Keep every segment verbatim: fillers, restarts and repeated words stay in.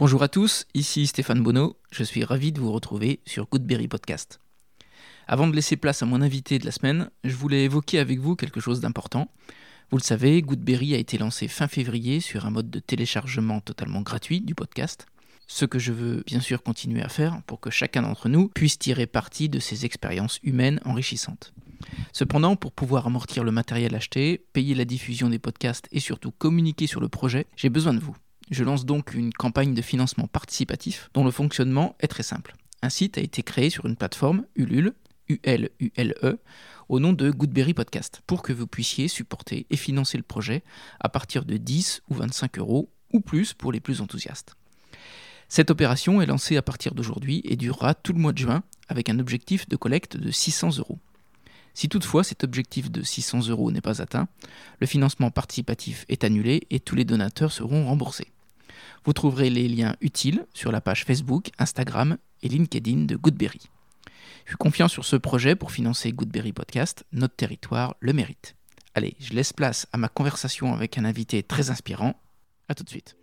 Bonjour à tous, ici Stéphane Bonneau, je suis ravi de vous retrouver sur Goodberry Podcast. Avant de laisser place à mon invité de la semaine, je voulais évoquer avec vous quelque chose d'important. Vous le savez, Goodberry a été lancé fin février sur un mode de téléchargement totalement gratuit du podcast, ce que je veux bien sûr continuer à faire pour que chacun d'entre nous puisse tirer parti de ces expériences humaines enrichissantes. Cependant, pour pouvoir amortir le matériel acheté, payer la diffusion des podcasts et surtout communiquer sur le projet, j'ai besoin de vous. Je lance donc une campagne de financement participatif dont le fonctionnement est très simple. Un site a été créé sur une plateforme Ulule, U L U L E, au nom de Goodberry Podcast, pour que vous puissiez supporter et financer le projet à partir de dix ou vingt-cinq euros ou plus pour les plus enthousiastes. Cette opération est lancée à partir d'aujourd'hui et durera tout le mois de juin avec un objectif de collecte de six cents euros. Si toutefois cet objectif de six cents euros n'est pas atteint, le financement participatif est annulé et tous les donateurs seront remboursés. Vous trouverez les liens utiles sur la page Facebook, Instagram et LinkedIn de Goodberry. Je suis confiant sur ce projet pour financer Goodberry Podcast, notre territoire le mérite. Allez, je laisse place à ma conversation avec un invité très inspirant. À tout de suite.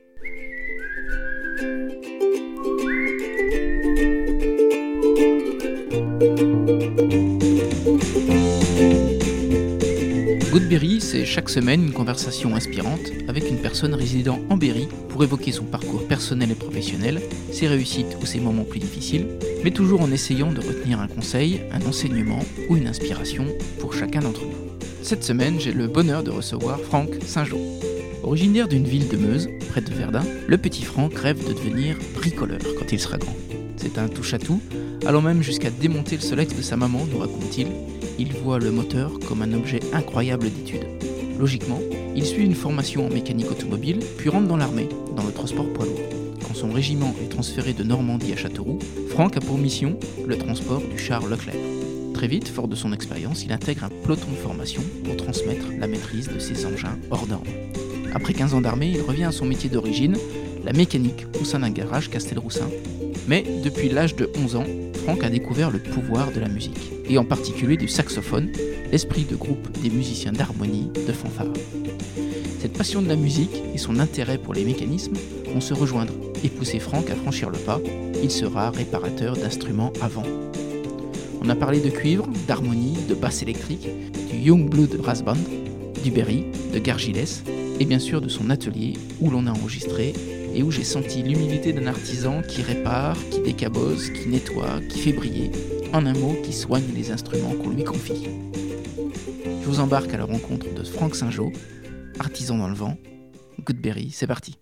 Goodberry, c'est chaque semaine une conversation inspirante avec une personne résidant en Berry pour évoquer son parcours personnel et professionnel, ses réussites ou ses moments plus difficiles, mais toujours en essayant de retenir un conseil, un enseignement ou une inspiration pour chacun d'entre nous. Cette semaine, j'ai le bonheur de recevoir Franck Saint-Jean. Originaire d'une ville de Meuse, près de Verdun, le petit Franck rêve de devenir bricoleur quand il sera grand. C'est un touche-à-tout, allant même jusqu'à démonter le Solex de sa maman, nous raconte-t-il. Il voit le moteur comme un objet incroyable d'étude. Logiquement, il suit une formation en mécanique automobile, puis rentre dans l'armée, dans le transport poids lourd. Quand son régiment est transféré de Normandie à Châteauroux, Franck a pour mission le transport du char Leclerc. Très vite, fort de son expérience, il intègre un peloton de formation pour transmettre la maîtrise de ses engins hors normes. Après quinze ans d'armée, il revient à son métier d'origine, la mécanique au sein d'un garage Castelroussin. Mais depuis l'âge de onze ans, Franck a découvert le pouvoir de la musique, et en particulier du saxophone, l'esprit de groupe des musiciens d'harmonie, de fanfare. Cette passion de la musique et son intérêt pour les mécanismes vont se rejoindre et pousser Franck à franchir le pas. Il sera réparateur d'instruments à vent. On a parlé de cuivre, d'harmonie, de basse électrique, du Young Blood Brass Band, du Berry, de Gargilès, et bien sûr de son atelier où l'on a enregistré et où j'ai senti l'humilité d'un artisan qui répare, qui décabosse, qui nettoie, qui fait briller, en un mot, qui soigne les instruments qu'on lui confie. Je vous embarque à la rencontre de Franck Saint-Jean, artisan dans le vent. Goodberry, c'est parti.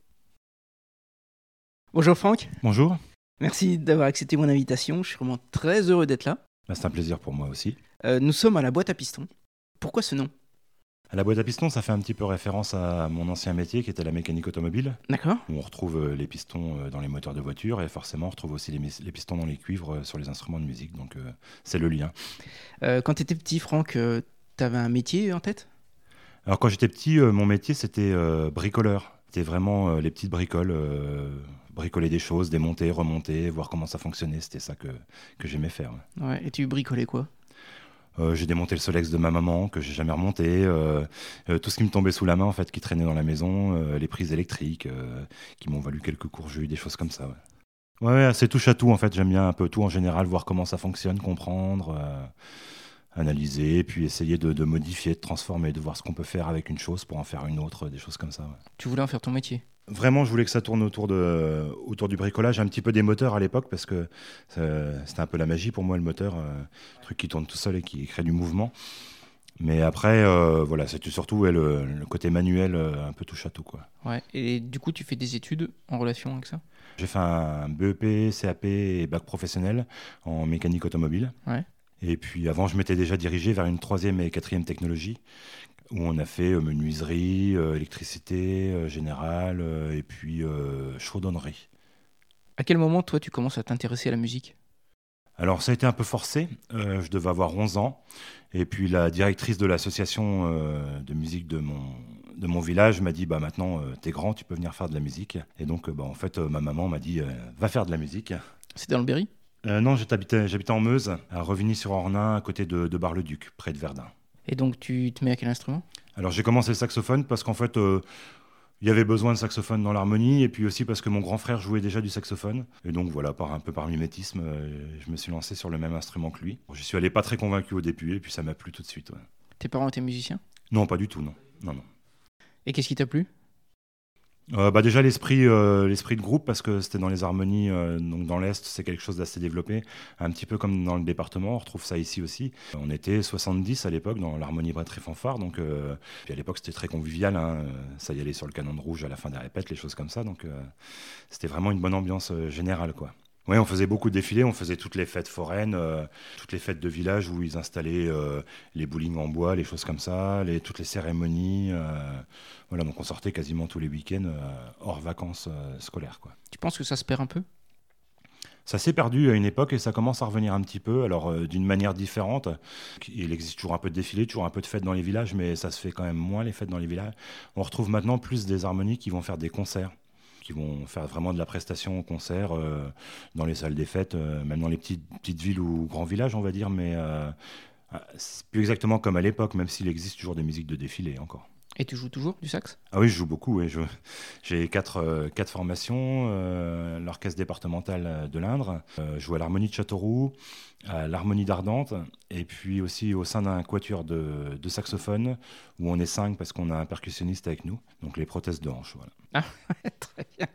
Bonjour Franck. Bonjour. Merci d'avoir accepté mon invitation, je suis vraiment très heureux d'être là. Bah, c'est un plaisir pour moi aussi. Euh, nous sommes à la boîte à piston. Pourquoi ce nom ? À la boîte à pistons, ça fait un petit peu référence à mon ancien métier qui était la mécanique automobile. D'accord. Où on retrouve les pistons dans les moteurs de voiture et forcément on retrouve aussi les, les pistons dans les cuivres sur les instruments de musique. Donc euh, c'est le lien. Euh, quand tu étais petit, Franck, euh, tu avais un métier en tête ? Alors quand j'étais petit, euh, mon métier c'était euh, bricoleur. C'était vraiment euh, les petites bricoles, euh, bricoler des choses, démonter, remonter, voir comment ça fonctionnait. C'était ça que, que j'aimais faire. Ouais. Ouais, et tu bricolais quoi ? Euh, j'ai démonté le Solex de ma maman que j'ai jamais remonté, euh, euh, tout ce qui me tombait sous la main en fait, qui traînait dans la maison, euh, les prises électriques euh, qui m'ont valu quelques cours, j'ai eu des choses comme ça. Ouais, ouais, ouais, c'est touche à tout en fait. J'aime bien un peu tout en général, voir comment ça fonctionne, comprendre, euh, analyser, puis essayer de, de modifier, de transformer, de voir ce qu'on peut faire avec une chose pour en faire une autre, des choses comme ça. Ouais. Tu voulais en faire ton métier ? Vraiment, je voulais que ça tourne autour, de, autour du bricolage, un petit peu des moteurs à l'époque, parce que ça, c'était un peu la magie pour moi, le moteur, euh, un truc qui tourne tout seul et qui crée du mouvement. Mais après, euh, voilà, c'était surtout ouais, le, le côté manuel, euh, un peu touche à tout, quoi. Ouais. Et du coup, tu fais des études en relation avec ça ? J'ai fait un B E P, C A P et bac professionnel en mécanique automobile. Ouais. Et puis avant, je m'étais déjà dirigé vers une troisième et quatrième technologie, où on a fait euh, menuiserie, euh, électricité euh, générale euh, et puis euh, chaudronnerie. À quel moment, toi, tu commences à t'intéresser à la musique ? Alors ça a été un peu forcé, euh, je devais avoir onze ans, et puis la directrice de l'association euh, de musique de mon, de mon village m'a dit bah, « maintenant euh, t'es grand, tu peux venir faire de la musique ». Et donc euh, bah, en fait euh, ma maman m'a dit euh, « va faire de la musique ». C'est dans le Berry ? euh, Non, j'habitais, j'habitais en Meuse, à Revigny-sur-Ornain, à côté de, de Bar-le-Duc, près de Verdun. Et donc tu te mets à quel instrument ? Alors j'ai commencé le saxophone parce qu'en fait... Euh, Il y avait besoin de saxophone dans l'harmonie, et puis aussi parce que mon grand frère jouait déjà du saxophone. Et donc voilà, par un peu par mimétisme, euh, je me suis lancé sur le même instrument que lui. J'y suis allé pas très convaincu au début, et puis ça m'a plu tout de suite. Ouais. Tes parents étaient musiciens ? Non, pas du tout, non. non, non. Et qu'est-ce qui t'a plu ? Euh, bah déjà l'esprit, euh, l'esprit de groupe, parce que c'était dans les harmonies, euh, donc dans l'Est, c'est quelque chose d'assez développé, un petit peu comme dans le département, on retrouve ça ici aussi. On était soixante-dix à l'époque dans l'harmonie bretterie fanfare, donc euh, puis à l'époque c'était très convivial, hein, ça y allait sur le canon de rouge à la fin des répètes, les choses comme ça, donc euh, c'était vraiment une bonne ambiance euh, générale, quoi. Oui, on faisait beaucoup de défilés, on faisait toutes les fêtes foraines, euh, toutes les fêtes de village où ils installaient euh, les bowling en bois, les choses comme ça, les, toutes les cérémonies. Euh, voilà, donc on sortait quasiment tous les week-ends euh, hors vacances euh, scolaires, quoi. Tu penses que ça se perd un peu ? Ça s'est perdu à une époque et ça commence à revenir un petit peu, alors euh, d'une manière différente. Il existe toujours un peu de défilés, toujours un peu de fêtes dans les villages, mais ça se fait quand même moins les fêtes dans les villages. On retrouve maintenant plus des harmonies qui vont faire des concerts, qui vont faire vraiment de la prestation au concert euh, dans les salles des fêtes, euh, même dans les petites, petites villes ou grands villages, on va dire, mais euh, c'est plus exactement comme à l'époque, même s'il existe toujours des musiques de défilé encore. Et tu joues toujours du sax ? Ah oui, je joue beaucoup. Oui. Je, j'ai quatre, euh, quatre formations, euh, l'orchestre départemental de l'Indre, euh, je joue à l'harmonie de Châteauroux, à l'harmonie d'Ardentes, et puis aussi au sein d'un quatuor de, de saxophones, où on est cinq parce qu'on a un percussionniste avec nous, donc les prothèses de hanche. Voilà. Ah, très bien.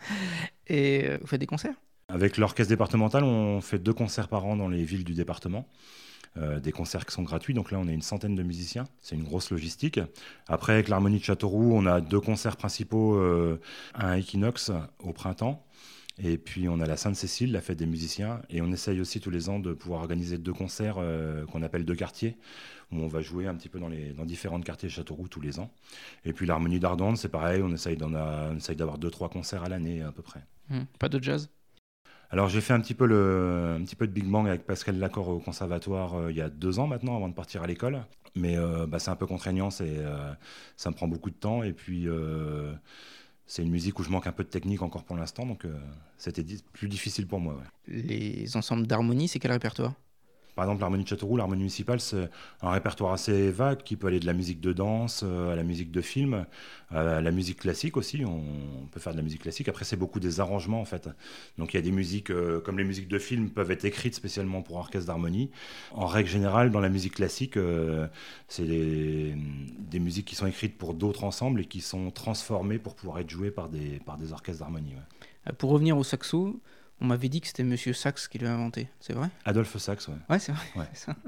Et euh, vous faites des concerts ? Avec l'orchestre départemental, on fait deux concerts par an dans les villes du département. Euh, des concerts qui sont gratuits, donc là on est une centaine de musiciens, c'est une grosse logistique. Après avec l'harmonie de Châteauroux, on a deux concerts principaux, euh, un à Equinox au printemps, et puis on a la Sainte-Cécile, la fête des musiciens, et on essaye aussi tous les ans de pouvoir organiser deux concerts euh, qu'on appelle deux quartiers, où on va jouer un petit peu dans, les, dans différents quartiers de Châteauroux tous les ans. Et puis l'harmonie d'Ardentes, c'est pareil, on essaye, d'en a, on essaye d'avoir deux trois concerts à l'année à peu près. Mmh, pas de jazz ? Alors j'ai fait un petit peu, le, un petit peu de Big Bang avec Pascal Lacor au conservatoire euh, il y a deux ans maintenant, avant de partir à l'école. Mais euh, bah, c'est un peu contraignant, c'est, euh, ça me prend beaucoup de temps. Et puis euh, c'est une musique où je manque un peu de technique encore pour l'instant, donc euh, c'était di- plus difficile pour moi. Ouais. Les ensembles d'harmonie, c'est quel répertoire ? Par exemple, l'harmonie de Châteauroux, l'harmonie municipale, c'est un répertoire assez vague qui peut aller de la musique de danse euh, à la musique de film, à la musique classique aussi. On, on peut faire de la musique classique. Après, c'est beaucoup des arrangements en fait. Donc il y a des musiques, euh, comme les musiques de film, peuvent être écrites spécialement pour orchestre d'harmonie. En règle générale, dans la musique classique, euh, c'est des, des musiques qui sont écrites pour d'autres ensembles et qui sont transformées pour pouvoir être jouées par des, par des orchestres d'harmonie. Ouais. Pour revenir au saxo, on m'avait dit que c'était Monsieur Sax qui l'a inventé, c'est vrai ? Adolphe Sax, ouais. Ouais, c'est vrai. Ouais. C'est ça.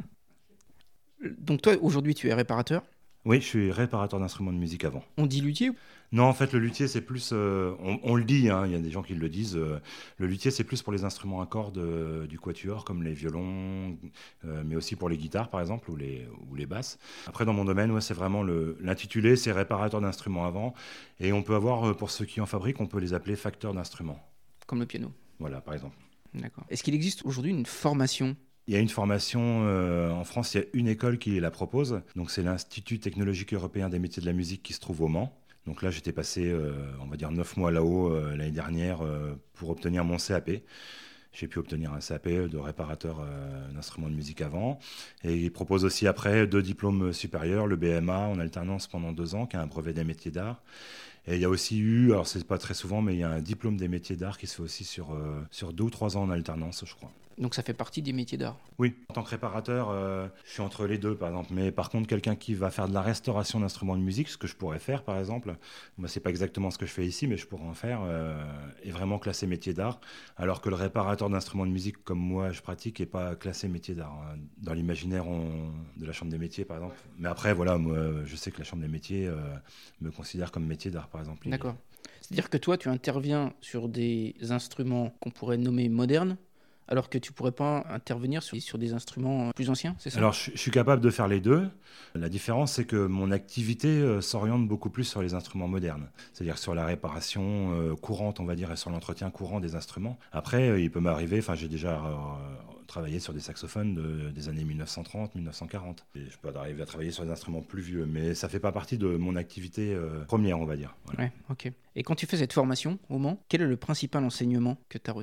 Donc toi, aujourd'hui, tu es réparateur ? Oui, je suis réparateur d'instruments de musique avant. On dit luthier ? Non, en fait, le luthier, c'est plus... Euh, on, on le dit, hein, il y a des gens qui le disent. Euh, le luthier, c'est plus pour les instruments à cordes euh, du quatuor, comme les violons, euh, mais aussi pour les guitares, par exemple, ou les, ou les basses. Après, dans mon domaine, ouais, c'est vraiment le, l'intitulé, c'est réparateur d'instruments avant. Et on peut avoir, pour ceux qui en fabriquent, on peut les appeler facteurs d'instruments. Comme le piano. Voilà, par exemple. D'accord. Est-ce qu'il existe aujourd'hui une formation ? Il y a une formation, euh, en France, il y a une école qui la propose. Donc, c'est l'Institut technologique européen des métiers de la musique qui se trouve au Mans. Donc là, j'étais passé, euh, on va dire, neuf mois là-haut euh, l'année dernière euh, pour obtenir mon C A P. J'ai pu obtenir un C A P de réparateur euh, d'instruments de musique avant. Et il propose aussi après deux diplômes supérieurs, le B M A en alternance pendant deux ans, qui est un brevet des métiers d'art. Et il y a aussi eu, alors c'est pas très souvent, mais il y a un diplôme des métiers d'art qui se fait aussi sur, euh, sur deux ou trois ans en alternance, je crois. Donc ça fait partie des métiers d'art ? Oui, en tant que réparateur, euh, je suis entre les deux, par exemple. Mais par contre, quelqu'un qui va faire de la restauration d'instruments de musique, ce que je pourrais faire, par exemple, moi, c'est pas exactement ce que je fais ici, mais je pourrais en faire, euh, est vraiment classé métier d'art, alors que le réparateur d'instruments de musique, comme moi, je pratique, n'est pas classé métier d'art. Hein. Dans l'imaginaire on... de la Chambre des métiers, par exemple. Mais après, voilà, moi, je sais que la Chambre des métiers euh, me considère comme métier d'art, par exemple. D'accord. C'est-à-dire que toi, tu interviens sur des instruments qu'on pourrait nommer modernes, alors que tu ne pourrais pas intervenir sur, sur des instruments plus anciens, c'est ça ? Alors, je, je suis capable de faire les deux. La différence, c'est que mon activité euh, s'oriente beaucoup plus sur les instruments modernes, c'est-à-dire sur la réparation euh, courante, on va dire, et sur l'entretien courant des instruments. Après, euh, il peut m'arriver, enfin, j'ai déjà euh, travaillé sur des saxophones de, des années mille neuf cent trente, mille neuf cent quarante. Et je peux arriver à travailler sur des instruments plus vieux, mais ça ne fait pas partie de mon activité euh, première, on va dire. Voilà. Ouais, ok. Et quand tu fais cette formation au Mans, quel est le principal enseignement que tu as retenu ?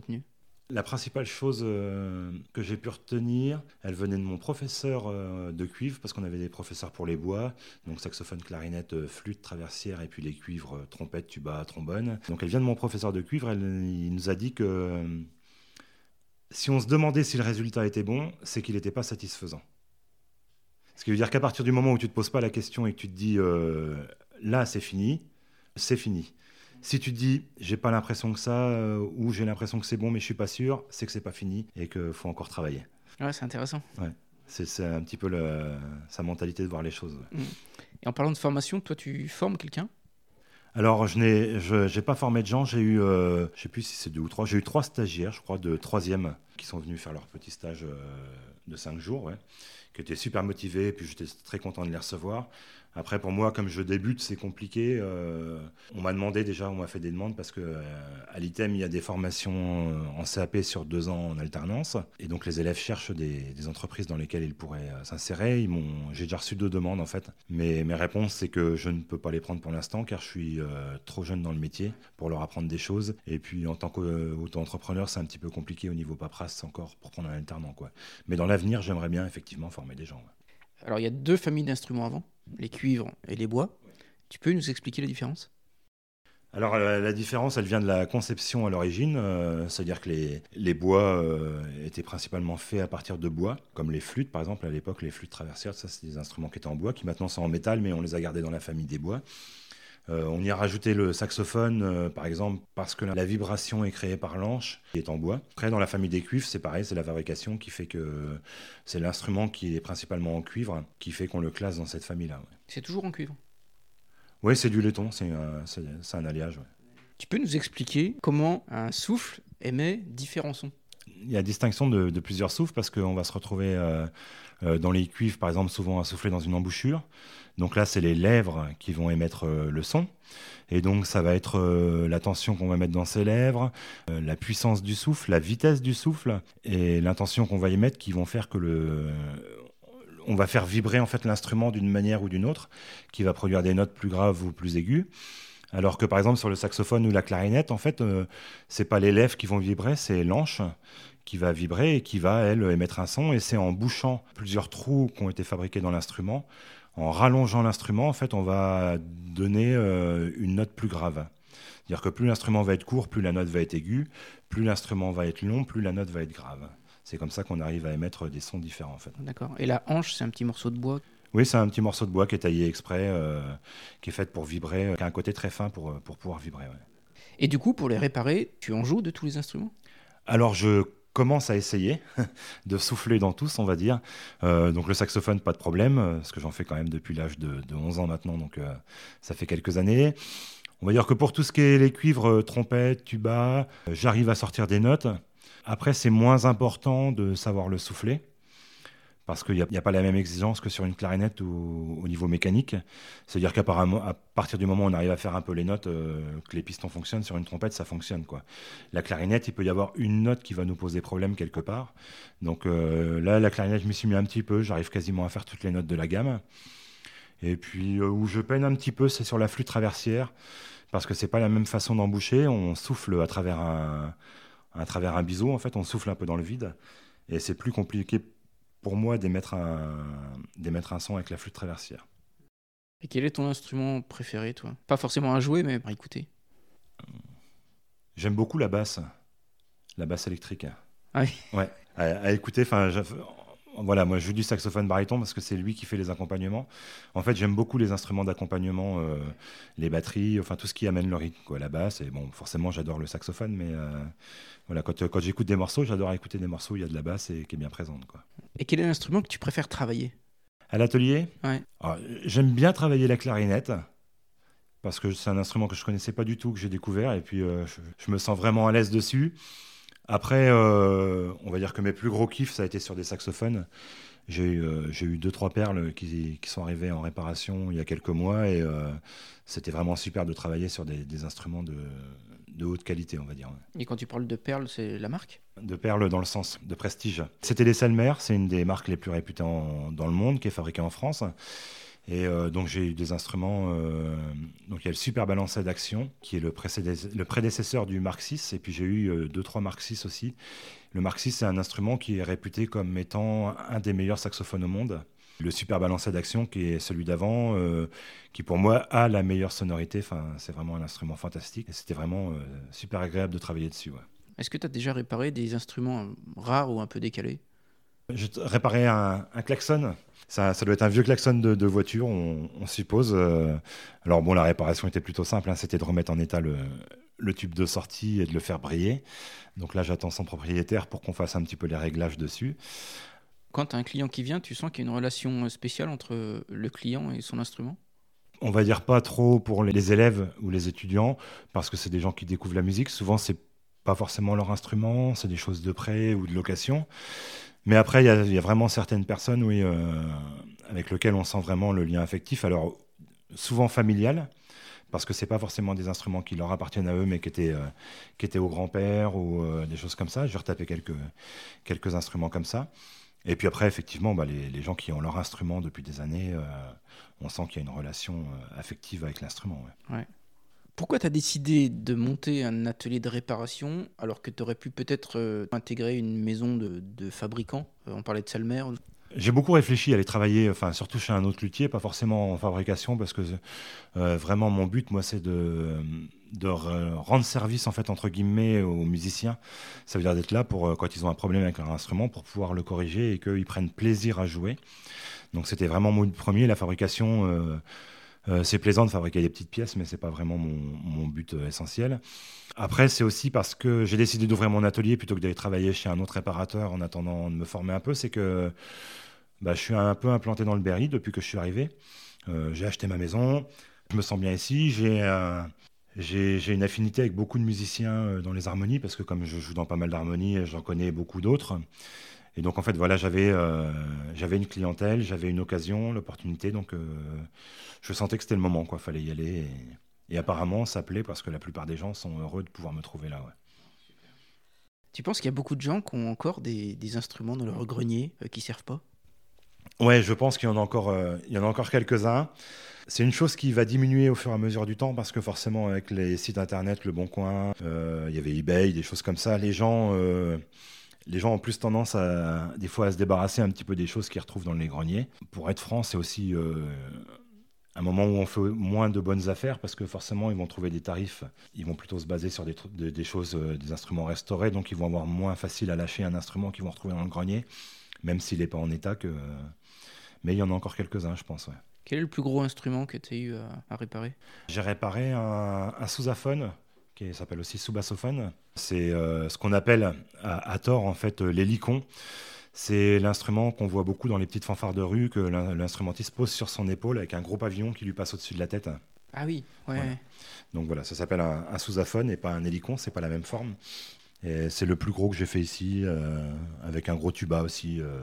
La principale chose euh, que j'ai pu retenir, elle venait de mon professeur euh, de cuivre, parce qu'on avait des professeurs pour les bois, donc saxophone, clarinette, euh, flûte, traversière, et puis les cuivres, euh, trompette, tuba, trombone. Donc elle vient de mon professeur de cuivre, elle, il nous a dit que euh, si on se demandait si le résultat était bon, c'est qu'il n'était pas satisfaisant. Ce qui veut dire qu'à partir du moment où tu ne te poses pas la question et que tu te dis euh, là c'est fini, c'est fini. Si tu te dis j'ai pas l'impression que ça euh, ou j'ai l'impression que c'est bon mais je suis pas sûr, c'est que c'est pas fini et qu'il faut encore travailler. Ouais, c'est intéressant. Ouais. C'est, c'est un petit peu le, sa mentalité de voir les choses. Mmh. Et en parlant de formation, toi tu formes quelqu'un ? Alors je n'ai je, j'ai pas formé de gens, j'ai eu euh, je sais plus si c'est deux ou trois, j'ai eu trois stagiaires je crois de troisième qui sont venus faire leur petit stage euh, de cinq jours, ouais, qui étaient super motivés et puis j'étais très content de les recevoir. Après, pour moi, comme je débute, c'est compliqué. Euh, on m'a demandé déjà, on m'a fait des demandes parce que euh, à l'I T E M, il y a des formations en C A P sur deux ans en alternance. Et donc, les élèves cherchent des, des entreprises dans lesquelles ils pourraient euh, s'insérer. Ils m'ont, j'ai déjà reçu deux demandes, en fait. Mais mes réponses, c'est que je ne peux pas les prendre pour l'instant car je suis euh, trop jeune dans le métier pour leur apprendre des choses. Et puis, en tant qu'auto-entrepreneur, c'est un petit peu compliqué au niveau paperasse encore pour prendre un alternant, quoi. Mais dans l'avenir, j'aimerais bien effectivement former des gens. Ouais. Alors, il y a deux familles d'instruments avant, les cuivres et les bois. Tu peux nous expliquer la différence ? Alors la, la différence, elle vient de la conception à l'origine, euh, c'est-à-dire que les, les bois euh, étaient principalement faits à partir de bois, comme les flûtes par exemple, à l'époque les flûtes traversières, ça c'est des instruments qui étaient en bois, qui maintenant sont en métal, mais on les a gardés dans la famille des bois. Euh, on y a rajouté le saxophone, euh, par exemple, parce que la, la vibration est créée par l'anche, qui est en bois. Après, dans la famille des cuivres, c'est pareil, c'est la fabrication qui fait que c'est l'instrument qui est principalement en cuivre, qui fait qu'on le classe dans cette famille-là. Ouais. C'est toujours en cuivre ? Oui, c'est du laiton, c'est un, c'est, c'est un alliage. Ouais. Tu peux nous expliquer comment un souffle émet différents sons ? Il y a distinction de, de plusieurs souffles parce qu'on va se retrouver euh, euh, dans les cuivres, par exemple, souvent à souffler dans une embouchure. Donc là, c'est les lèvres qui vont émettre euh, le son. Et donc, ça va être euh, la tension qu'on va mettre dans ces lèvres, euh, la puissance du souffle, la vitesse du souffle et l'intention qu'on va y mettre qui vont faire que le... on va faire vibrer en fait l'instrument d'une manière ou d'une autre, qui va produire des notes plus graves ou plus aiguës. Alors que par exemple sur le saxophone ou la clarinette, en fait, euh, c'est pas les lèvres qui vont vibrer, c'est l'anche qui va vibrer et qui va, elle, émettre un son. Et c'est en bouchant plusieurs trous qui ont été fabriqués dans l'instrument, en rallongeant l'instrument, en fait, on va donner euh, une note plus grave. C'est-à-dire que plus l'instrument va être court, plus la note va être aiguë, plus l'instrument va être long, plus la note va être grave. C'est comme ça qu'on arrive à émettre des sons différents, en fait. D'accord. Et la hanche, c'est un petit morceau de bois ? Oui, c'est un petit morceau de bois qui est taillé exprès, euh, qui est fait pour vibrer, euh, qui a un côté très fin pour, pour pouvoir vibrer. Ouais. Et du coup, pour les réparer, tu en joues de tous les instruments ? Alors, je commence à essayer de souffler dans tous, on va dire. Euh, donc, le saxophone, pas de problème, parce que j'en fais quand même depuis l'âge de, de onze ans maintenant, donc euh, ça fait quelques années. On va dire que pour tout ce qui est les cuivres, euh, trompette, tuba, euh, j'arrive à sortir des notes. Après, c'est moins important de savoir le souffler. Parce qu'il n'y a, a pas la même exigence que sur une clarinette ou au niveau mécanique. C'est-à-dire qu'à partir du moment où on arrive à faire un peu les notes, euh, que les pistons fonctionnent, sur une trompette, ça fonctionne, quoi. La clarinette, il peut y avoir une note qui va nous poser problème quelque part. Donc euh, là, la clarinette, je m'y suis mis un petit peu. J'arrive quasiment à faire toutes les notes de la gamme. Et puis euh, où je peine un petit peu, c'est sur la flûte traversière. Parce que c'est pas la même façon d'emboucher. On souffle à travers un, à travers un biseau, en fait. On souffle un peu dans le vide. Et c'est plus compliqué pour moi d'émettre un, d'émettre un son avec la flûte traversière. Et quel est ton instrument préféré, toi ? Pas forcément à jouer, mais à écouter. J'aime beaucoup la basse, la basse électrique. Ah oui. Ouais, à, à écouter. Enfin, voilà, moi je joue du saxophone baryton parce que c'est lui qui fait les accompagnements. En fait, j'aime beaucoup les instruments d'accompagnement, euh, les batteries, enfin tout ce qui amène le rythme, quoi. La basse, et bon, forcément, j'adore le saxophone, mais euh, voilà, quand, quand j'écoute des morceaux, j'adore écouter des morceaux où il y a de la basse et qui est bien présente, quoi. Et quel est l'instrument que tu préfères travailler ? À l'atelier ? Ouais. Alors, j'aime bien travailler la clarinette parce que c'est un instrument que je connaissais pas du tout, que j'ai découvert, et puis euh, je, je me sens vraiment à l'aise dessus. Après, euh, on va dire que mes plus gros kiffs, ça a été sur des saxophones. J'ai eu, euh, j'ai eu deux, trois perles qui, qui sont arrivées en réparation il y a quelques mois, et euh, c'était vraiment super de travailler sur des, des instruments de, de haute qualité, on va dire. Et quand tu parles de perles, c'est la marque ? De perles dans le sens de prestige. C'était les Selmer, c'est une des marques les plus réputées en, dans le monde, qui est fabriquée en France. Et euh, donc j'ai eu des instruments, euh, donc il y a le super balancet d'action, qui est le, précédé- le prédécesseur du Mark six, et puis j'ai eu euh, deux, trois Mark six aussi. Le Mark six, c'est un instrument qui est réputé comme étant un des meilleurs saxophones au monde. Le super balancet d'action, qui est celui d'avant, euh, qui pour moi a la meilleure sonorité, enfin, c'est vraiment un instrument fantastique, et c'était vraiment euh, super agréable de travailler dessus. Ouais. Est-ce que tu as déjà réparé des instruments rares ou un peu décalés? Je t- réparais un, un klaxon. Ça, ça doit être un vieux klaxon de, de voiture, on, on suppose. Euh, alors bon, la réparation était plutôt simple, hein, c'était de remettre en état le, le tube de sortie et de le faire briller. Donc là, j'attends son propriétaire pour qu'on fasse un petit peu les réglages dessus. Quand tu as un client qui vient, tu sens qu'il y a une relation spéciale entre le client et son instrument? On va dire pas trop pour les élèves ou les étudiants, parce que c'est des gens qui découvrent la musique. Souvent, c'est pas forcément leur instrument, c'est des choses de prêt ou de location. Mais après, il y, a- il y a vraiment certaines personnes, oui, euh, avec lesquelles on sent vraiment le lien affectif. Alors, souvent familial, parce que c'est pas forcément des instruments qui leur appartiennent à eux, mais qui étaient, euh, qui étaient au grand-père ou euh, des choses comme ça. Je vais retaper quelques, quelques instruments comme ça. Et puis après, effectivement, bah, les, les gens qui ont leur instrument depuis des années, euh, on sent qu'il y a une relation euh, affective avec l'instrument. Ouais. Ouais. Pourquoi tu as décidé de monter un atelier de réparation alors que tu aurais pu peut-être euh, intégrer une maison de, de fabricants? Euh, On parlait de Salmer. J'ai beaucoup réfléchi à aller travailler, enfin surtout chez un autre luthier, pas forcément en fabrication, parce que euh, vraiment mon but, moi, c'est de, de re- rendre service en fait entre guillemets aux musiciens. Ça veut dire d'être là pour euh, quand ils ont un problème avec leur instrument, pour pouvoir le corriger et qu'ils prennent plaisir à jouer. Donc c'était vraiment mon but premier. La fabrication, euh, euh, c'est plaisant de fabriquer des petites pièces, mais c'est pas vraiment mon, mon but euh, essentiel. Après, c'est aussi parce que j'ai décidé d'ouvrir mon atelier plutôt que d'aller travailler chez un autre réparateur en attendant de me former un peu. C'est que bah, je suis un peu implanté dans le Berry depuis que je suis arrivé. Euh, j'ai acheté ma maison, je me sens bien ici. J'ai un- j'ai, j'ai une affinité avec beaucoup de musiciens euh, dans les harmonies parce que comme je joue dans pas mal d'harmonies, j'en connais beaucoup d'autres. Et donc en fait, voilà, j'avais euh, j'avais une clientèle, j'avais une occasion, l'opportunité. Donc euh, je sentais que c'était le moment, quoi. Fallait y aller. Et, et apparemment, ça plaît parce que la plupart des gens sont heureux de pouvoir me trouver là. Ouais. Tu penses qu'il y a beaucoup de gens qui ont encore des, des instruments dans leur grenier euh, qui servent pas? Ouais, je pense qu'il y en a encore, euh, il y en a encore quelques-uns. C'est une chose qui va diminuer au fur et à mesure du temps parce que forcément avec les sites internet, Le Bon Coin, euh, il y avait eBay, des choses comme ça, les gens, euh, les gens ont plus tendance à des fois à se débarrasser un petit peu des choses qu'ils retrouvent dans les greniers. Pour être franc, c'est aussi euh, un moment où on fait moins de bonnes affaires parce que forcément ils vont trouver des tarifs, ils vont plutôt se baser sur des, tru- des, des choses, euh, des instruments restaurés, donc ils vont avoir moins facile à lâcher un instrument qu'ils vont retrouver dans le grenier, même s'il n'est pas en état que. Mais il y en a encore quelques-uns, je pense. Ouais. Quel est le plus gros instrument que tu as eu à, à réparer? J'ai réparé un, un sousaphone qui s'appelle aussi sous-bassophone. C'est euh, ce qu'on appelle à, à tort en fait euh, l'hélicon. C'est l'instrument qu'on voit beaucoup dans les petites fanfares de rue que l'in- l'instrumentiste pose sur son épaule avec un gros pavillon qui lui passe au-dessus de la tête. Ah oui, ouais. Voilà. Donc voilà, ça s'appelle un, un sousaphone et pas un hélicon, c'est pas la même forme. Et c'est le plus gros que j'ai fait ici, euh, avec un gros tuba aussi. euh,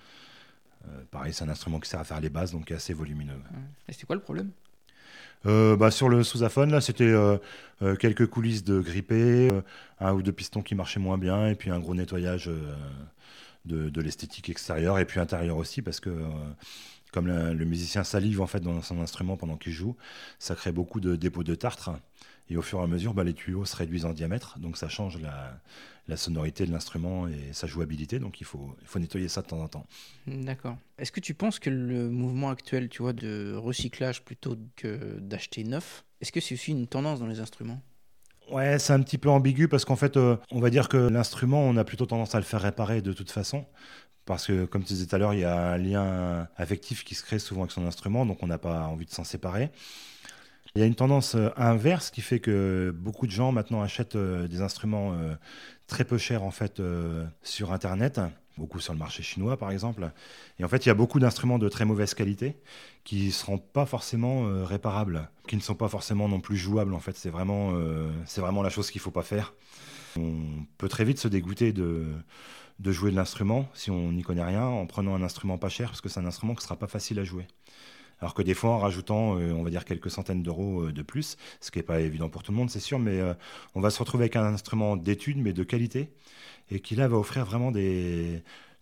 euh, pareil, c'est un instrument qui sert à faire les basses, donc qui est assez volumineux. Ouais. Et c'était quoi le problème? Euh, bah, sur le sousaphone, là, c'était euh, euh, quelques coulisses de grippé, euh, un ou deux pistons qui marchaient moins bien, et puis un gros nettoyage euh, de, de l'esthétique extérieure, et puis intérieure aussi, parce que euh, comme la- le musicien salive en fait dans son instrument pendant qu'il joue, ça crée beaucoup de dépôts de tartre, et au fur et à mesure, bah, les tuyaux se réduisent en diamètre, donc ça change la, la sonorité de l'instrument et sa jouabilité, donc il faut, il faut nettoyer ça de temps en temps. D'accord. Est-ce que tu penses que le mouvement actuel, tu vois, de recyclage plutôt que d'acheter neuf, est-ce que c'est aussi une tendance dans les instruments? Ouais, c'est un petit peu ambigu parce qu'en fait, euh, on va dire que l'instrument, on a plutôt tendance à le faire réparer de toute façon. Parce que, comme tu disais tout à l'heure, il y a un lien affectif qui se crée souvent avec son instrument, donc on n'a pas envie de s'en séparer. Il y a une tendance euh, inverse qui fait que beaucoup de gens maintenant achètent euh, des instruments euh, très peu chers en fait euh, sur Internet, beaucoup sur le marché chinois par exemple. Et en fait, il y a beaucoup d'instruments de très mauvaise qualité qui ne seront pas forcément euh, réparables, qui ne sont pas forcément non plus jouables. En fait, c'est vraiment, euh, c'est vraiment la chose qu'il ne faut pas faire. On peut très vite se dégoûter de, de jouer de l'instrument si on n'y connaît rien en prenant un instrument pas cher parce que c'est un instrument qui ne sera pas facile à jouer. Alors que des fois, en rajoutant, euh, on va dire, quelques centaines d'euros euh, de plus, ce qui n'est pas évident pour tout le monde, c'est sûr, mais euh, on va se retrouver avec un instrument d'étude, mais de qualité, et qui là va offrir vraiment des,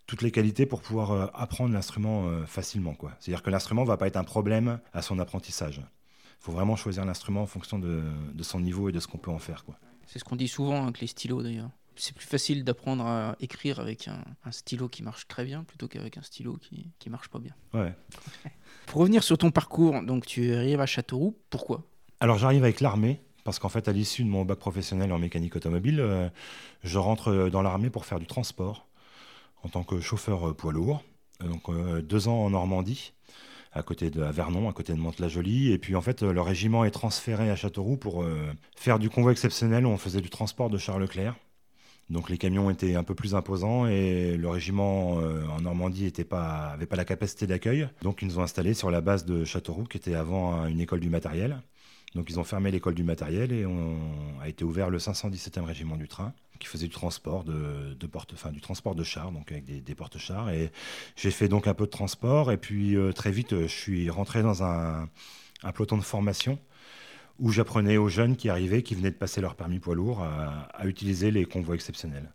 toutes les qualités pour pouvoir euh, apprendre l'instrument euh, facilement, quoi. C'est-à-dire que l'instrument ne va pas être un problème à son apprentissage. Il faut vraiment choisir l'instrument en fonction de, de son niveau et de ce qu'on peut en faire, quoi. C'est ce qu'on dit souvent avec les stylos d'ailleurs. C'est plus facile d'apprendre à écrire avec un, un stylo qui marche très bien plutôt qu'avec un stylo qui ne marche pas bien. Ouais. Pour revenir sur ton parcours, donc tu arrives à Châteauroux, pourquoi ? Alors j'arrive avec l'armée, parce qu'en fait à l'issue de mon bac professionnel en mécanique automobile, euh, je rentre dans l'armée pour faire du transport en tant que chauffeur euh, poids lourd. Donc euh, deux ans en Normandie, à côté de à Vernon, à côté de Mantes-la-Jolie. Et puis en fait euh, le régiment est transféré à Châteauroux pour euh, faire du convoi exceptionnel où on faisait du transport de chars Leclerc. Donc les camions étaient un peu plus imposants et le régiment euh, en Normandie n'avait pas, avait pas la capacité d'accueil. Donc ils nous ont installés sur la base de Châteauroux qui était avant une école du matériel. Donc ils ont fermé l'école du matériel et on a été ouvert le cinq cent dix-septième régiment du train qui faisait du transport de, de porte, enfin, du transport de chars, donc avec des, des porte-chars. Et j'ai fait donc un peu de transport et puis euh, très vite je suis rentré dans un, un peloton de formation où j'apprenais aux jeunes qui arrivaient, qui venaient de passer leur permis poids lourd, à, à utiliser les convois exceptionnels.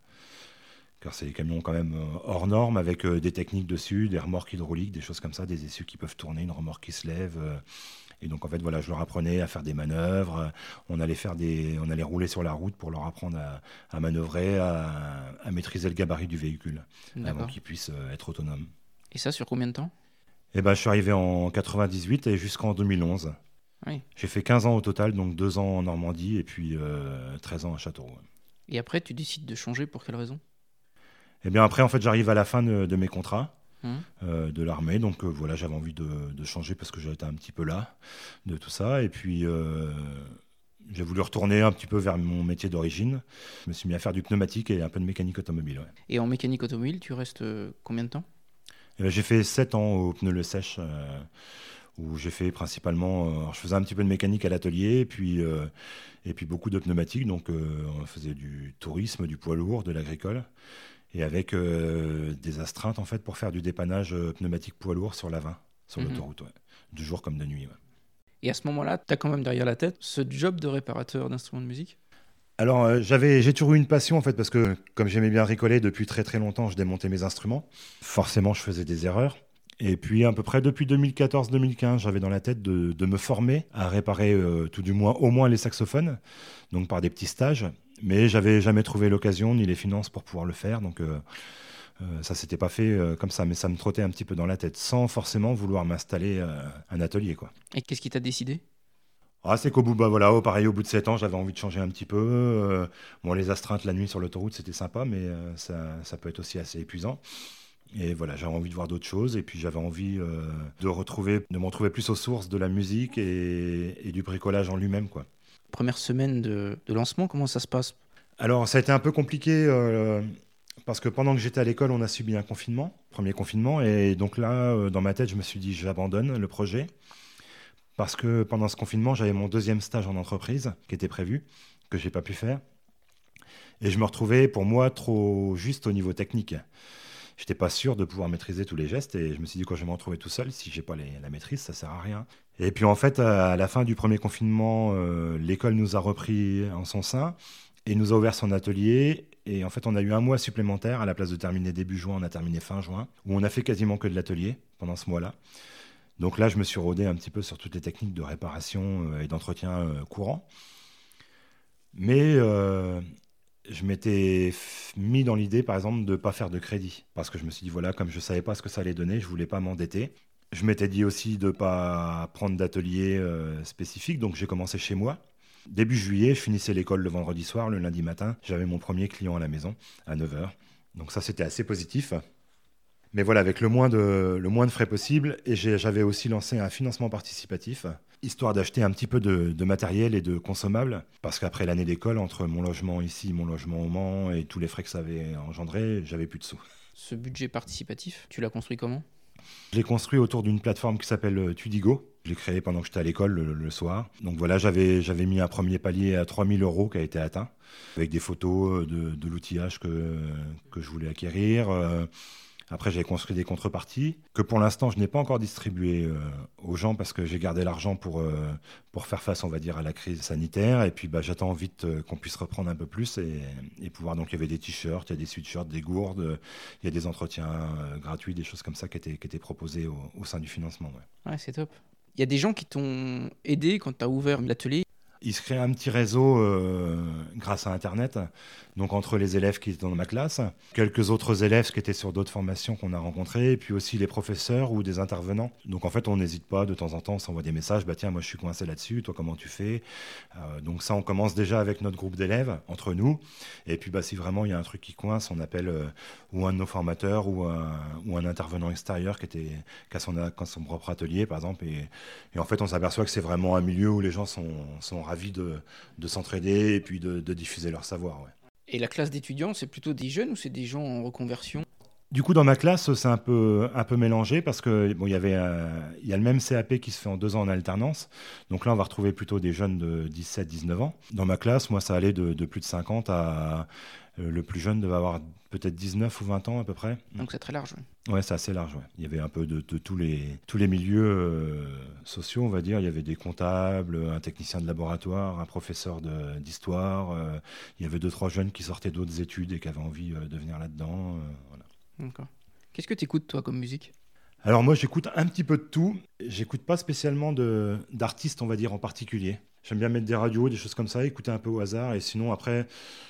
Car c'est des camions quand même hors normes, avec euh, des techniques dessus, des remorques hydrauliques, des choses comme ça, des essieux qui peuvent tourner, une remorque qui se lève. Euh, et donc en fait, voilà, je leur apprenais à faire des manœuvres. Euh, on, allait faire des, on allait rouler sur la route pour leur apprendre à, à manœuvrer, à, à maîtriser le gabarit du véhicule, D'accord. avant qu'ils puissent euh, être autonomes. Et ça sur combien de temps ? Eh ben, je suis arrivé en quatre-vingt-dix-huit et jusqu'en deux mille onze. Oui. J'ai fait quinze ans au total, donc deux ans en Normandie et puis euh, treize ans à Châteauroux. Et après, tu décides de changer pour quelle raison ? Et bien après, en fait, j'arrive à la fin de, de mes contrats Mmh. euh, de l'armée, donc euh, voilà, j'avais envie de, de changer parce que j'étais un petit peu là de tout ça, et puis euh, j'ai voulu retourner un petit peu vers mon métier d'origine. Je me suis mis à faire du pneumatique et un peu de mécanique automobile. Ouais. Et en mécanique automobile, tu restes euh, combien de temps ? Et ben, j'ai fait sept ans au pneu Le Sèche, euh, où j'ai fait principalement, euh, alors je faisais un petit peu de mécanique à l'atelier, et puis, euh, et puis beaucoup de pneumatique, donc euh, on faisait du tourisme, du poids lourd, de l'agricole. Et avec euh, des astreintes en fait pour faire du dépannage euh, pneumatique poids lourd sur l'A vingt, sur mmh. l'autoroute, ouais. Du jour comme de nuit. Ouais. Et à ce moment-là, tu as quand même derrière la tête ce job de réparateur d'instruments de musique ? Alors euh, j'avais, j'ai toujours eu une passion en fait parce que comme j'aimais bien ricoler depuis très très longtemps, je démontais mes instruments. Forcément, je faisais des erreurs. Et puis à peu près depuis deux mille quatorze deux mille quinze, j'avais dans la tête de, de me former à réparer euh, tout du moins au moins les saxophones, donc par des petits stages. Mais j'avais jamais trouvé l'occasion ni les finances pour pouvoir le faire, donc euh, euh, ça s'était pas fait euh, comme ça. Mais ça me trottait un petit peu dans la tête, sans forcément vouloir m'installer euh, un atelier, quoi. Et qu'est-ce qui t'a décidé ? Ah, c'est qu'au bout, bah voilà, oh, pareil, au bout de sept ans, j'avais envie de changer un petit peu. Euh, bon, les astreintes la nuit sur l'autoroute, c'était sympa, mais euh, ça, ça peut être aussi assez épuisant. Et voilà, j'avais envie de voir d'autres choses, et puis j'avais envie euh, de retrouver, de me retrouver plus aux sources de la musique et, et du bricolage en lui-même, quoi. Première semaine de, de lancement, comment ça se passe ? Alors, ça a été un peu compliqué euh, parce que pendant que j'étais à l'école, on a subi un confinement, premier confinement, et donc là, euh, dans ma tête, je me suis dit, j'abandonne le projet parce que pendant ce confinement, j'avais mon deuxième stage en entreprise qui était prévu, que j'ai pas pu faire, et je me retrouvais, pour moi, trop juste au niveau technique. J'étais pas sûr de pouvoir maîtriser tous les gestes et je me suis dit quand je vais me retrouver tout seul, si j'ai pas les, la maîtrise, ça sert à rien. Et puis en fait, à la fin du premier confinement, euh, l'école nous a repris en son sein et nous a ouvert son atelier. Et en fait, on a eu un mois supplémentaire à la place de terminer début juin, on a terminé fin juin, où on a fait quasiment que de l'atelier pendant ce mois-là. Donc là, je me suis rodé un petit peu sur toutes les techniques de réparation euh, et d'entretien euh, courant. Mais euh, je m'étais mis dans l'idée, par exemple, de ne pas faire de crédit. Parce que je me suis dit, voilà, comme je ne savais pas ce que ça allait donner, je ne voulais pas m'endetter. Je m'étais dit aussi de ne pas prendre d'atelier euh, spécifique, donc j'ai commencé chez moi. Début juillet, je finissais l'école le vendredi soir, le lundi matin. J'avais mon premier client à la maison, à neuf heures. Donc ça, c'était assez positif. Mais voilà, avec le moins de, le moins de frais possible. Et j'ai, j'avais aussi lancé un financement participatif, histoire d'acheter un petit peu de, de matériel et de consommables. Parce qu'après l'année d'école, entre mon logement ici, mon logement au Mans et tous les frais que ça avait engendré, j'avais plus de sous. Ce budget participatif, tu l'as construit comment ? Je l'ai construit autour d'une plateforme qui s'appelle Tudigo. Je l'ai créée pendant que j'étais à l'école le, le soir. Donc voilà, j'avais, j'avais mis un premier palier à trois mille euros qui a été atteint, avec des photos de, de l'outillage que, que je voulais acquérir. Euh, Après, j'ai construit des contreparties que pour l'instant, je n'ai pas encore distribuées euh, aux gens parce que j'ai gardé l'argent pour, euh, pour faire face, on va dire, à la crise sanitaire. Et puis, bah, j'attends vite euh, qu'on puisse reprendre un peu plus et, et pouvoir. Donc, il y avait des t-shirts, il y a des sweatshirts, des gourdes, euh, il y a des entretiens euh, gratuits, des choses comme ça qui étaient, qui étaient proposées au, au sein du financement. Ouais, ouais c'est top. Il y a des gens qui t'ont aidé quand tu as ouvert l'atelier? Il se crée un petit réseau euh, grâce à Internet, donc entre les élèves qui étaient dans ma classe, quelques autres élèves qui étaient sur d'autres formations qu'on a rencontrées, et puis aussi les professeurs ou des intervenants. Donc en fait, on n'hésite pas, de temps en temps, on s'envoie des messages, bah tiens, moi je suis coincé là-dessus, toi comment tu fais euh, Donc ça, on commence déjà avec notre groupe d'élèves, entre nous, et puis bah, si vraiment il y a un truc qui coince, on appelle euh, ou un de nos formateurs ou un, ou un intervenant extérieur qui, était, qui a son, qui a son propre atelier, par exemple, et, et en fait, on s'aperçoit que c'est vraiment un milieu où les gens sont, sont ravis de, de s'entraider et puis de, de diffuser leur savoir. Ouais. Et la classe d'étudiants, c'est plutôt des jeunes ou c'est des gens en reconversion? Du coup, dans ma classe, c'est un peu, un peu mélangé parce que bon, il y avait, euh, il y a le même C A P qui se fait en deux ans en alternance. Donc là, on va retrouver plutôt des jeunes de dix-sept dix-neuf ans. Dans ma classe, moi, ça allait de, de plus de cinquante à... Euh, le plus jeune devait avoir peut-être dix-neuf ou vingt ans à peu près. Donc c'est très large. Oui, ouais, c'est assez large. Ouais. Il y avait un peu de, de tous, les, tous les milieux euh, sociaux, on va dire. Il y avait des comptables, un technicien de laboratoire, un professeur de, d'histoire. Euh, il y avait deux, trois jeunes qui sortaient d'autres études et qui avaient envie euh, de venir là-dedans. Euh, voilà. D'accord. Qu'est-ce que tu écoutes, toi, comme musique? Alors moi, j'écoute un petit peu de tout. J'écoute pas spécialement de, d'artistes, on va dire, en particulier. J'aime bien mettre des radios, des choses comme ça, écouter un peu au hasard. Et sinon, après...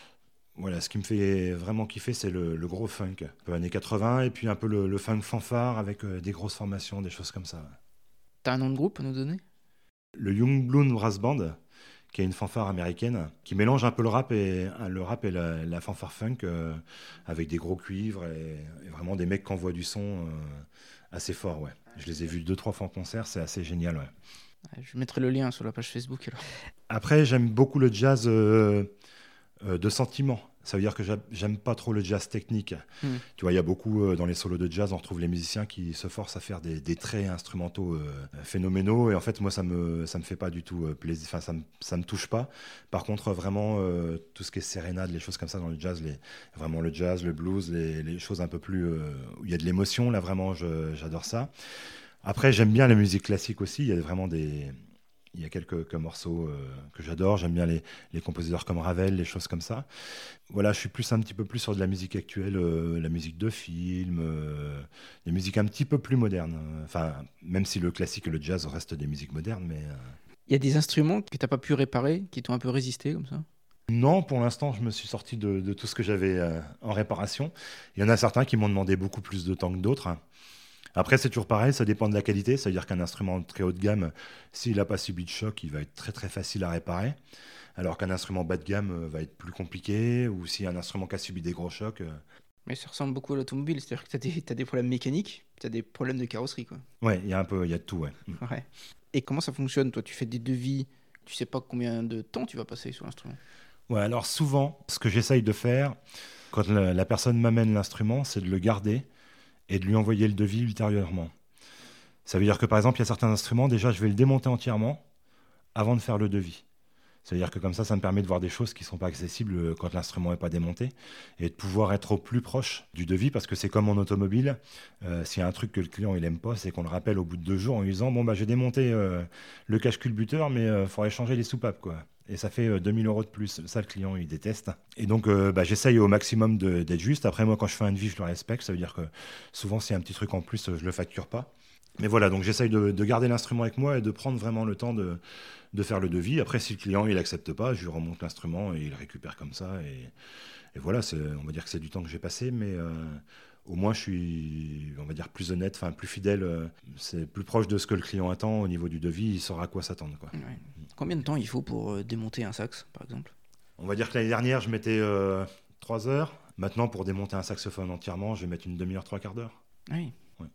Voilà, ce qui me fait vraiment kiffer, c'est le, le gros funk, un peu années quatre-vingts, et puis un peu le, le funk fanfare avec euh, des grosses formations, des choses comme ça. T'as un nom de groupe à nous donner? Le Young Blood Brass Band, qui est une fanfare américaine, qui mélange un peu le rap et, le rap et la, la fanfare funk, euh, avec des gros cuivres et, et vraiment des mecs qui envoient du son euh, assez fort. Ouais. Je les ai vus deux, trois fois en concert, c'est assez génial. Ouais. Je mettrai le lien sur la page Facebook. Alors. Après, j'aime beaucoup le jazz... Euh, Euh, de sentiment. Ça veut dire que j'aime pas trop le jazz technique. Mmh. Tu vois, il y a beaucoup, euh, dans les solos de jazz, on retrouve les musiciens qui se forcent à faire des, des traits instrumentaux euh, phénoménaux. Et en fait, moi, ça me, ça me fait pas du tout euh, plaisir. Enfin, ça me, ça me touche pas. Par contre, vraiment, euh, tout ce qui est sérénade, les choses comme ça dans le jazz, les, vraiment le jazz, le blues, les, les choses un peu plus... Euh, où il y a de l'émotion, là, vraiment, je, j'adore ça. Après, j'aime bien la musique classique aussi. Il y a vraiment des... Il y a quelques, quelques morceaux euh, que j'adore. J'aime bien les, les compositeurs comme Ravel, les choses comme ça. Voilà, je suis plus un petit peu plus sur de la musique actuelle, euh, la musique de film, euh, des musiques un petit peu plus modernes. Enfin, même si le classique et le jazz restent des musiques modernes, mais... Euh... Il y a des instruments que tu n'as pas pu réparer, qui t'ont un peu résisté comme ça? Non, pour l'instant, je me suis sorti de, de tout ce que j'avais euh, en réparation. Il y en a certains qui m'ont demandé beaucoup plus de temps que d'autres. Après, c'est toujours pareil, ça dépend de la qualité. C'est-à-dire qu'un instrument très haut de gamme, s'il n'a pas subi de choc, il va être très très facile à réparer. Alors qu'un instrument bas de gamme va être plus compliqué, ou si un instrument qui a subi des gros chocs. Mais ça ressemble beaucoup à l'automobile, c'est-à-dire que tu as des, t'as des problèmes mécaniques, tu as des problèmes de carrosserie, quoi. Ouais, il y a un peu, il y a de tout, ouais. Ouais. Et comment ça fonctionne, toi? Tu fais des devis, tu sais pas combien de temps tu vas passer sur l'instrument? Ouais, alors souvent, ce que j'essaye de faire, quand la, la personne m'amène l'instrument, c'est de le garder et de lui envoyer le devis ultérieurement. Ça veut dire que par exemple, il y a certains instruments, déjà je vais le démonter entièrement avant de faire le devis. C'est-à-dire que comme ça, ça me permet de voir des choses qui ne sont pas accessibles quand l'instrument n'est pas démonté et de pouvoir être au plus proche du devis, parce que c'est comme en automobile, euh, s'il y a un truc que le client il aime pas, c'est qu'on le rappelle au bout de deux jours en lui disant « bon bah j'ai démonté euh, le cache-culbuteur, mais il euh, faudrait changer les soupapes quoi ». Et ça fait euh, deux mille euros de plus. Ça, le client, il déteste. Et donc, euh, bah, j'essaye au maximum de, d'être juste. Après, moi, quand je fais un devis, je le respecte. Ça veut dire que souvent, s'il y a un petit truc en plus, je ne le facture pas. Mais voilà, donc j'essaye de, de garder l'instrument avec moi et de prendre vraiment le temps de, de faire le devis. Après, si le client il accepte pas, je lui remonte l'instrument et il le récupère comme ça. Et, et voilà, c'est, on va dire que c'est du temps que j'ai passé, mais euh, au moins je suis, on va dire, plus honnête, enfin plus fidèle. Euh, c'est plus proche de ce que le client attend au niveau du devis. Il saura à quoi s'attendre, quoi. Ouais. Combien de temps il faut pour euh, démonter un sax, par exemple? On va dire que l'année dernière, je mettais euh, trois heures. Maintenant, pour démonter un saxophone entièrement, je vais mettre une demi-heure, trois quarts d'heure. Oui.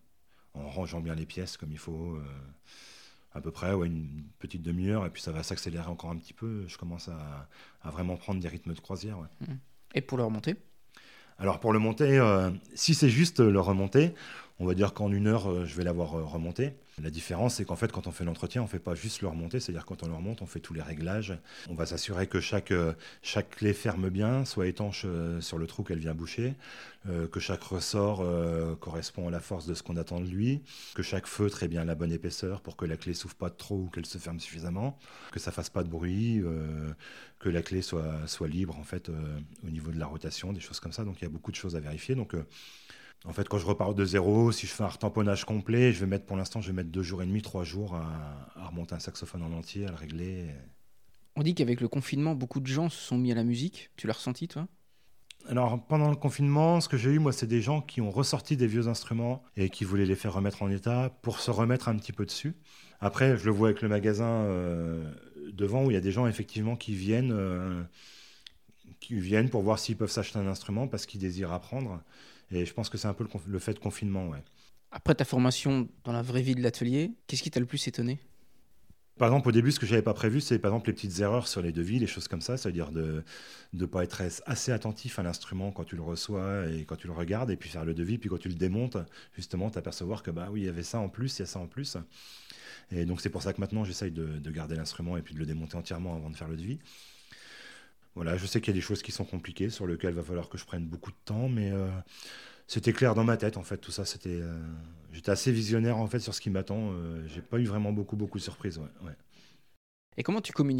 En rangeant bien les pièces comme il faut, euh, à peu près, ouais, une petite demi-heure, et puis ça va s'accélérer encore un petit peu. Je commence à, à vraiment prendre des rythmes de croisière. Ouais. Et pour le remonter? Alors pour le monter, euh, si c'est juste le remonter, On va dire qu'en une heure, euh, je vais l'avoir euh, remonté. La différence, c'est qu'en fait, quand on fait l'entretien, on ne fait pas juste le remonter, c'est-à-dire quand on le remonte, on fait tous les réglages. On va s'assurer que chaque, euh, chaque clé ferme bien, soit étanche euh, sur le trou qu'elle vient boucher, euh, que chaque ressort euh, correspond à la force de ce qu'on attend de lui, que chaque feutre ait bien la bonne épaisseur pour que la clé s'ouvre pas trop ou qu'elle se ferme suffisamment, que ça fasse pas de bruit, euh, que la clé soit, soit libre en fait euh, au niveau de la rotation, des choses comme ça. Donc il y a beaucoup de choses à vérifier. Donc euh, en fait, quand je repars de zéro, si je fais un retamponnage complet, je vais mettre pour l'instant, je vais mettre deux jours et demi, trois jours à, à remonter un saxophone en entier, à le régler. On dit qu'avec le confinement, beaucoup de gens se sont mis à la musique. Tu l'as ressenti, toi ? Alors, pendant le confinement, ce que j'ai eu, moi, c'est des gens qui ont ressorti des vieux instruments et qui voulaient les faire remettre en état pour se remettre un petit peu dessus. Après, je le vois avec le magasin euh, devant où il y a des gens, effectivement, qui viennent, euh, qui viennent pour voir s'ils peuvent s'acheter un instrument parce qu'ils désirent apprendre. Et je pense que c'est un peu le, conf- le fait de confinement, ouais. Après ta formation dans la vraie vie de l'atelier, qu'est-ce qui t'a le plus étonné ? Par exemple, au début, ce que j'avais pas prévu, c'est par exemple les petites erreurs sur les devis, les choses comme ça. Ça veut dire de ne pas être assez attentif à l'instrument quand tu le reçois et quand tu le regardes, et puis faire le devis. Puis quand tu le démontes, justement, t'apercevoir que bah oui, il y avait ça en plus, il y a ça en plus. Et donc c'est pour ça que maintenant, j'essaye de, de garder l'instrument et puis de le démonter entièrement avant de faire le devis. Voilà, je sais qu'il y a des choses qui sont compliquées, sur lesquelles il va falloir que je prenne beaucoup de temps, mais euh, c'était clair dans ma tête, en fait, tout ça. C'était, euh, j'étais assez visionnaire, en fait, sur ce qui m'attend. Euh, j'ai pas eu vraiment beaucoup, beaucoup de surprises, ouais, ouais. Et comment tu communiques ?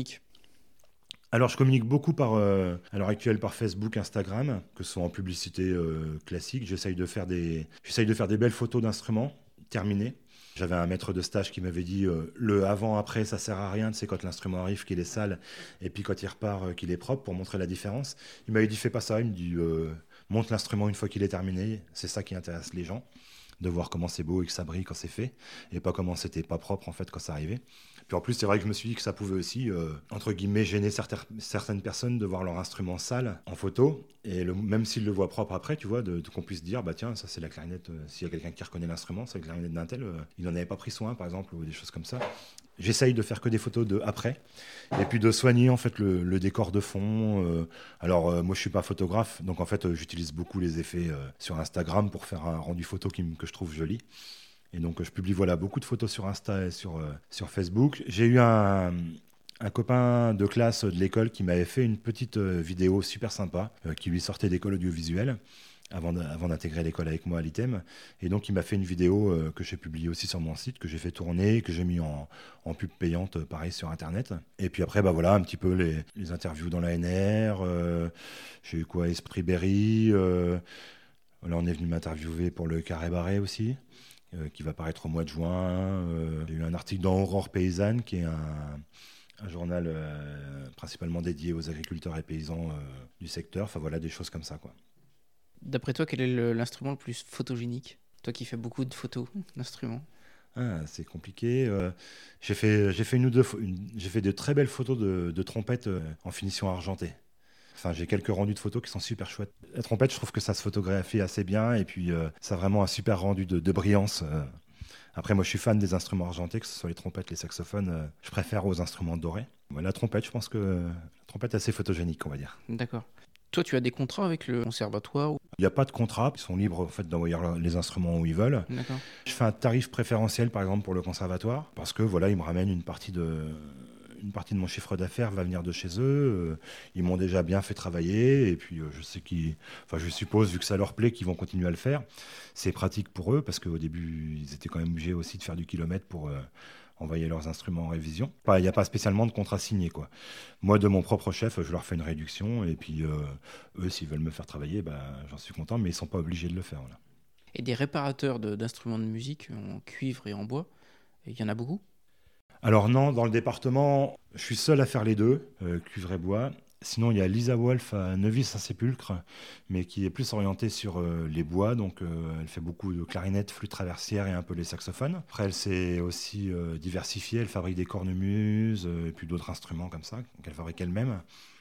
Alors, je communique beaucoup par, euh, à l'heure actuelle par Facebook, Instagram, que ce soit en publicité euh, classique. J'essaye de faire des, j'essaye de faire des belles photos d'instruments terminés. J'avais un maître de stage qui m'avait dit euh, le avant-après, ça sert à rien. C'est quand l'instrument arrive qu'il est sale et puis quand il repart euh, qu'il est propre pour montrer la différence. Il m'avait dit fais pas ça. Il me dit euh, monte l'instrument une fois qu'il est terminé. C'est ça qui intéresse les gens, de voir comment c'est beau et que ça brille quand c'est fait, et pas comment c'était pas propre en fait quand ça arrivait. Puis en plus, c'est vrai que je me suis dit que ça pouvait aussi, euh, entre guillemets, gêner certaines, certaines personnes de voir leur instrument sale en photo, et le, même s'ils le voient propre après, tu vois, de, de qu'on puisse dire, bah tiens, ça c'est la clarinette, euh, s'il y a quelqu'un qui reconnaît l'instrument, c'est la clarinette d'un tel, euh, il n'en avait pas pris soin, par exemple, ou des choses comme ça. J'essaye de faire que des photos de après, et puis de soigner en fait le, le décor de fond. Euh, alors euh, moi je suis pas photographe, donc en fait euh, j'utilise beaucoup les effets euh, sur Instagram pour faire un rendu photo qui, m- que je trouve joli. Et donc euh, je publie voilà beaucoup de photos sur Insta et sur euh, sur Facebook. J'ai eu un un copain de classe de l'école qui m'avait fait une petite euh, vidéo super sympa euh, qui lui sortait d'école audiovisuelle avant de- avant d'intégrer l'école avec moi à l'I T E M. Et donc, il m'a fait une vidéo euh, que j'ai publiée aussi sur mon site, que j'ai fait tourner, que j'ai mis en, en pub payante, euh, pareil, sur Internet. Et puis après, bah voilà, un petit peu les, les interviews dans l'A N R. Euh, j'ai eu quoi, Esprit Berry. Euh, là, on est venu m'interviewer pour le Carré Barré aussi, euh, qui va paraître au mois de juin. Euh, j'ai eu un article dans Aurore Paysanne, qui est un, un journal euh, principalement dédié aux agriculteurs et paysans euh, du secteur. Enfin voilà, des choses comme ça, quoi. D'après toi, quel est le- l'instrument le plus photogénique ? Toi qui fais beaucoup de photos d'instruments. Ah, c'est compliqué. Euh, j'ai fait, j'ai fait une ou deux, pho- une- j'ai fait de très belles photos de, de trompettes euh, en finition argentée. Enfin, j'ai quelques rendus de photos qui sont super chouettes. La trompette, je trouve que ça se photographie assez bien et puis euh, ça a vraiment un super rendu de, de brillance. euh. Après, moi, je suis fan des instruments argentés, que ce soit les trompettes, les saxophones. euh, je préfère aux instruments dorés. Ouais, la trompette, je pense que la trompette est assez photogénique, on va dire. D'accord. Toi, tu as des contrats avec le conservatoire ou- Il n'y a pas de contrat, ils sont libres en fait, d'envoyer leur- les instruments où ils veulent. D'accord. Je fais un tarif préférentiel, par exemple, pour le conservatoire, parce que voilà, ils me ramènent une partie de, une partie de mon chiffre d'affaires va venir de chez eux. Euh, ils m'ont déjà bien fait travailler, et puis euh, je sais qu'ils, enfin, je suppose, vu que ça leur plaît, qu'ils vont continuer à le faire. C'est pratique pour eux, parce qu'au début, ils étaient quand même obligés aussi de faire du kilomètre pour euh, envoyer leurs instruments en révision. Enfin, il n'y a pas spécialement de contrat signé, quoi. Moi, de mon propre chef, je leur fais une réduction, et puis euh, eux, s'ils veulent me faire travailler, bah, j'en suis content, mais ils ne sont pas obligés de le faire. Voilà. Et des réparateurs de- d'instruments de musique en cuivre et en bois, il y en a beaucoup ? Alors non, dans le département, je suis seul à faire les deux, euh, cuivre et bois. Sinon, il y a Lisa Wolf à Neuville-Saint-Sépulcre, mais qui est plus orientée sur euh, les bois. Donc, euh, elle fait beaucoup de clarinettes, flûtes traversières et un peu les saxophones. Après, elle s'est aussi euh, diversifiée. Elle fabrique des cornemuses euh, et puis d'autres instruments comme ça, qu'elle fabrique elle-même.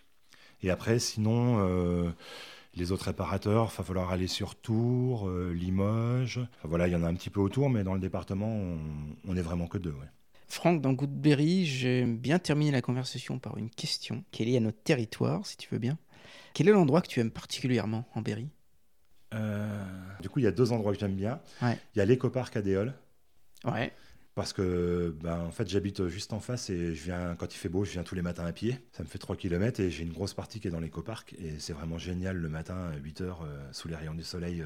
Et après, sinon, euh, les autres réparateurs, il va falloir aller sur Tours, euh, Limoges. Enfin, voilà, il y en a un petit peu autour, mais dans le département, on, on est vraiment que deux. Ouais. Franck, dans Goodberry, j'aime bien terminer la conversation par une question qui est liée à notre territoire, si tu veux bien. Quel est l'endroit que tu aimes particulièrement en Berry ? Euh, Du coup, il y a deux endroits que j'aime bien. Ouais. Il y a l'éco-parc à Déol. Ouais. Parce que, ben, en fait, j'habite juste en face et je viens, quand il fait beau, je viens tous les matins à pied. Ça me fait trois kilomètres et j'ai une grosse partie qui est dans l'éco-parc. Et c'est vraiment génial le matin, à huit heures, euh, sous les rayons du soleil, euh,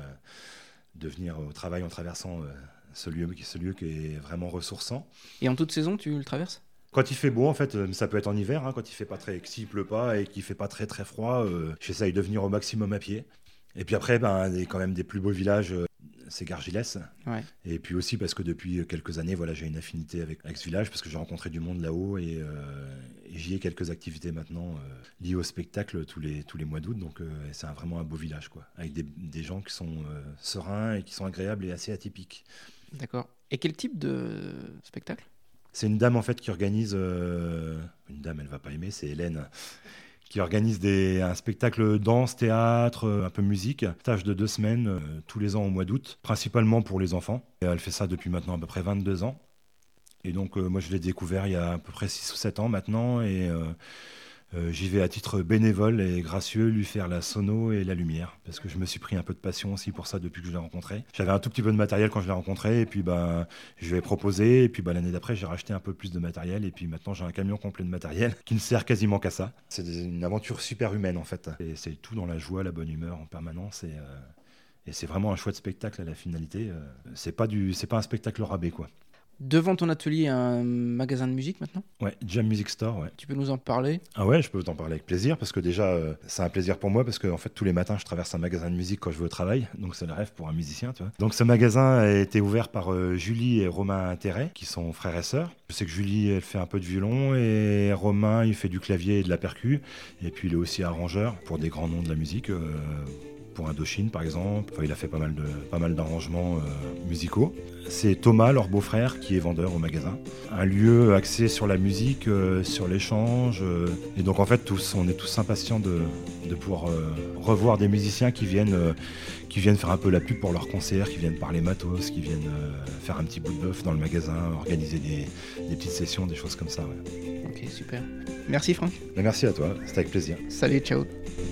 de venir au travail en traversant euh, ce, lieu, ce lieu qui est vraiment ressourçant. Et en toute saison, tu le traverses ? Quand il fait beau, en fait, ça peut être en hiver, hein, quand il fait pas très, s'il pleut pas et qu'il fait pas très très froid, euh, j'essaye de venir au maximum à pied. Et puis après, ben, il y a quand même des plus beaux villages, euh, c'est Gargilès. Ouais. Et puis aussi parce que depuis quelques années, voilà, j'ai une affinité avec, avec ce village parce que j'ai rencontré du monde là-haut et, euh, et j'y ai quelques activités maintenant euh, liées au spectacle tous les, tous les mois d'août. Donc euh, c'est un, vraiment un beau village, quoi, avec des, des gens qui sont euh, sereins et qui sont agréables et assez atypiques. D'accord. Et quel type de spectacle ? C'est une dame en fait qui organise, euh, une dame elle va pas aimer, c'est Hélène, qui organise des, un spectacle danse, théâtre, un peu musique, stage de deux semaines euh, tous les ans au mois d'août, principalement pour les enfants. Et elle fait ça depuis maintenant à peu près vingt-deux ans. Et donc euh, moi je l'ai découvert il y a à peu près six ou sept ans maintenant et euh, euh, j'y vais à titre bénévole et gracieux lui faire la sono et la lumière parce que je me suis pris un peu de passion aussi pour ça depuis que je l'ai rencontré. J'avais un tout petit peu de matériel quand je l'ai rencontré et puis bah, je lui ai proposé et puis bah, l'année d'après j'ai racheté un peu plus de matériel et puis maintenant j'ai un camion complet de matériel qui ne sert quasiment qu'à ça. C'est une aventure super humaine en fait et c'est tout dans la joie, la bonne humeur en permanence et, euh, et c'est vraiment un chouette spectacle à la finalité. Euh, c'est pas, du, c'est pas un spectacle rabais quoi. Devant ton atelier, un magasin de musique maintenant ? Ouais, Jam Music Store, ouais. Tu peux nous en parler ? Ah ouais, je peux t'en parler avec plaisir, parce que déjà, euh, c'est un plaisir pour moi, parce que en fait, tous les matins, je traverse un magasin de musique quand je vais au travail, donc c'est le rêve pour un musicien, tu vois. Donc ce magasin a été ouvert par euh, Julie et Romain Terret, qui sont frères et sœurs. Je sais que Julie, elle fait un peu de violon, et Romain, il fait du clavier et de la percu, et puis il est aussi arrangeur pour des grands noms de la musique, euh, pour Indochine par exemple. Enfin, il a fait pas mal, de, pas mal d'arrangements euh, musicaux. C'est Thomas, leur beau-frère, qui est vendeur au magasin. Un lieu axé sur la musique, euh, sur l'échange. Euh, et donc en fait, tous, on est tous impatients de, de pouvoir euh, revoir des musiciens qui viennent, euh, qui viennent faire un peu la pub pour leurs concerts, qui viennent parler matos, qui viennent euh, faire un petit bout de bœuf dans le magasin, organiser des, des petites sessions, des choses comme ça. Ouais. Ok, super. Merci Franck. Mais merci à toi, c'était avec plaisir. Salut, ciao.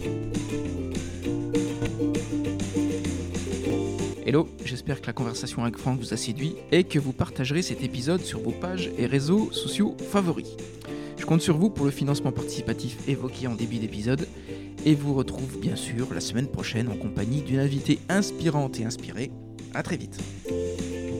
Hello, j'espère que la conversation avec Franck vous a séduit et que vous partagerez cet épisode sur vos pages et réseaux sociaux favoris. Je compte sur vous pour le financement participatif évoqué en début d'épisode et vous retrouve bien sûr la semaine prochaine en compagnie d'une invitée inspirante et inspirée. À très vite.